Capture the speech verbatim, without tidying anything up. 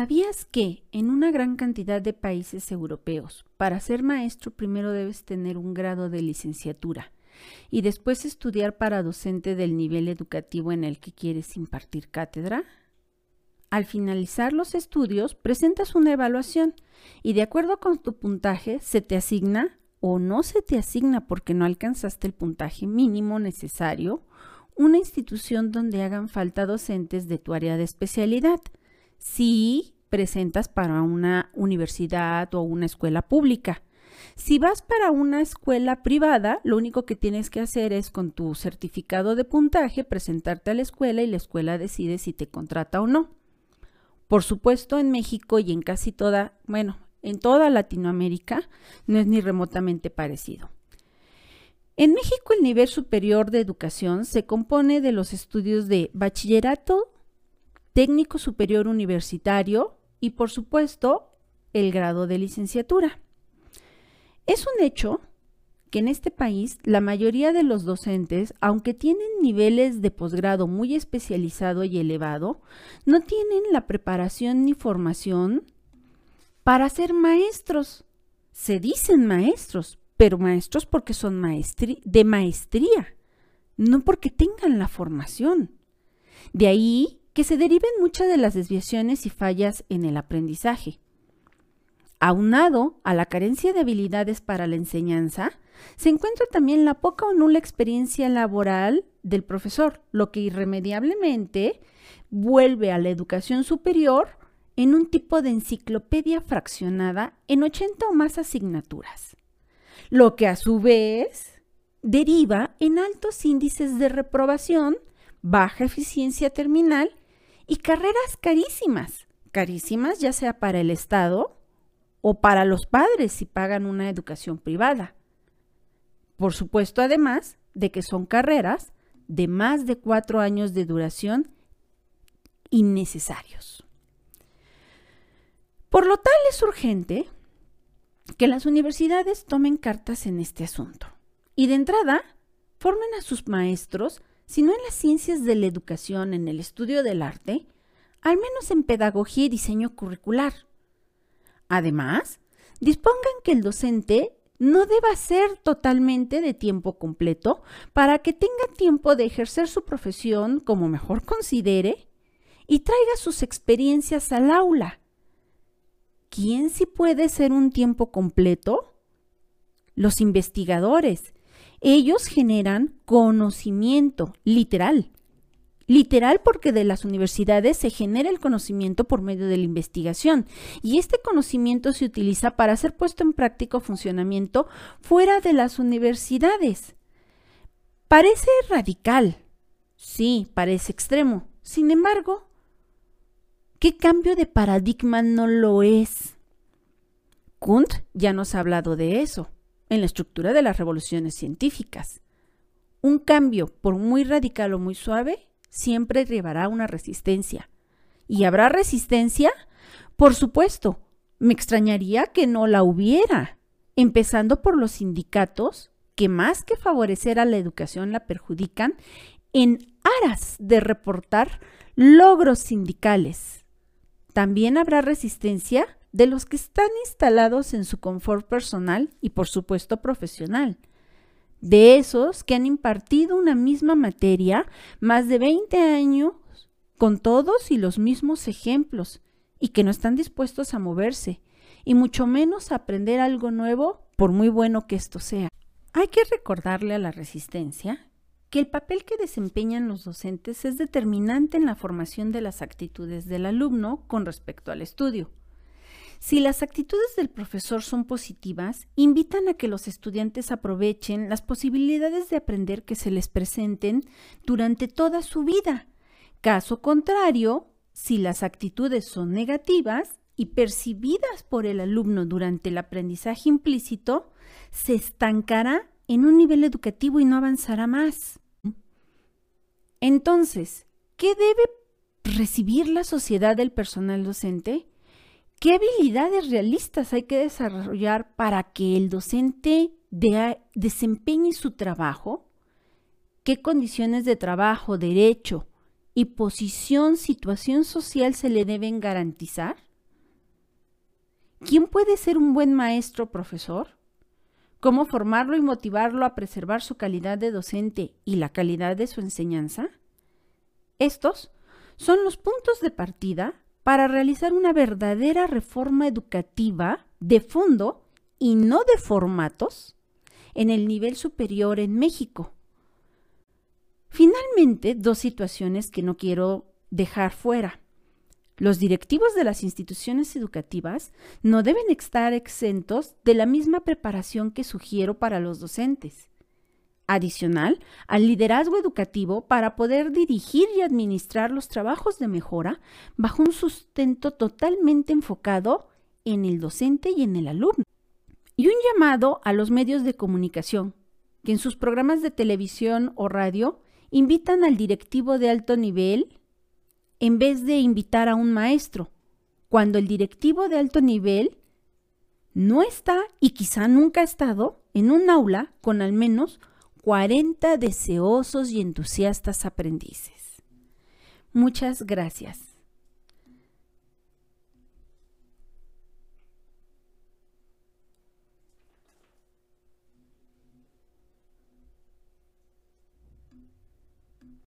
¿Sabías que en una gran cantidad de países europeos, para ser maestro primero debes tener un grado de licenciatura y después estudiar para docente del nivel educativo en el que quieres impartir cátedra? Al finalizar los estudios, presentas una evaluación y de acuerdo con tu puntaje se te asigna o no se te asigna porque no alcanzaste el puntaje mínimo necesario, una institución donde hagan falta docentes de tu área de especialidad. Si presentas para una universidad o una escuela pública. Si vas para una escuela privada, lo único que tienes que hacer es con tu certificado de puntaje presentarte a la escuela y la escuela decide si te contrata o no. Por supuesto, en México y en casi toda, bueno, en toda Latinoamérica no es ni remotamente parecido. En México el nivel superior de educación se compone de los estudios de bachillerato, técnico superior universitario y, por supuesto, el grado de licenciatura. Es un hecho que en este país la mayoría de los docentes, aunque tienen niveles de posgrado muy especializado y elevado, no tienen la preparación ni formación para ser maestros. Se dicen maestros, pero maestros porque son maestri- de maestría, no porque tengan la formación. De ahí que se deriven muchas de las desviaciones y fallas en el aprendizaje. Aunado a la carencia de habilidades para la enseñanza, se encuentra también la poca o nula experiencia laboral del profesor, lo que irremediablemente vuelve a la educación superior en un tipo de enciclopedia fraccionada en ochenta o más asignaturas, lo que a su vez deriva en altos índices de reprobación, baja eficiencia terminal y carreras carísimas, carísimas ya sea para el Estado o para los padres si pagan una educación privada. Por supuesto, además de que son carreras de más de cuatro años de duración innecesarios. Por lo tal, es urgente que las universidades tomen cartas en este asunto y de entrada formen a sus maestros, si no en las ciencias de la educación, en el estudio del arte, al menos en pedagogía y diseño curricular. Además, dispongan que el docente no deba ser totalmente de tiempo completo para que tenga tiempo de ejercer su profesión como mejor considere y traiga sus experiencias al aula. ¿Quién sí puede ser un tiempo completo? Los investigadores. Ellos generan conocimiento, literal. Literal porque de las universidades se genera el conocimiento por medio de la investigación y este conocimiento se utiliza para ser puesto en práctico funcionamiento fuera de las universidades. Parece radical, sí, parece extremo. Sin embargo, ¿qué cambio de paradigma no lo es? Kuhn ya nos ha hablado de eso en la estructura de las revoluciones científicas. Un cambio, por muy radical o muy suave, siempre llevará una resistencia. ¿Y habrá resistencia? Por supuesto, me extrañaría que no la hubiera, empezando por los sindicatos que más que favorecer a la educación la perjudican en aras de reportar logros sindicales. También habrá resistencia de los que están instalados en su confort personal y por supuesto profesional. De esos que han impartido una misma materia más de veinte años con todos y los mismos ejemplos y que no están dispuestos a moverse y mucho menos a aprender algo nuevo por muy bueno que esto sea. Hay que recordarle a la resistencia que el papel que desempeñan los docentes es determinante en la formación de las actitudes del alumno con respecto al estudio. Si las actitudes del profesor son positivas, invitan a que los estudiantes aprovechen las posibilidades de aprender que se les presenten durante toda su vida. Caso contrario, si las actitudes son negativas y percibidas por el alumno durante el aprendizaje implícito, se estancará en un nivel educativo y no avanzará más. Entonces, ¿qué debe recibir la sociedad del personal docente? ¿Qué habilidades realistas hay que desarrollar para que el docente de, desempeñe su trabajo? ¿Qué condiciones de trabajo, derecho y posición, situación social se le deben garantizar? ¿Quién puede ser un buen maestro o profesor? ¿Cómo formarlo y motivarlo a preservar su calidad de docente y la calidad de su enseñanza? Estos son los puntos de partida para realizar una verdadera reforma educativa de fondo y no de formatos en el nivel superior en México. Finalmente, dos situaciones que no quiero dejar fuera. Los directivos de las instituciones educativas no deben estar exentos de la misma preparación que sugiero para los docentes. Adicional al liderazgo educativo para poder dirigir y administrar los trabajos de mejora bajo un sustento totalmente enfocado en el docente y en el alumno. Y un llamado a los medios de comunicación, que en sus programas de televisión o radio invitan al directivo de alto nivel en vez de invitar a un maestro, cuando el directivo de alto nivel no está y quizá nunca ha estado en un aula con al menos cuarenta deseosos y entusiastas aprendices. Muchas gracias.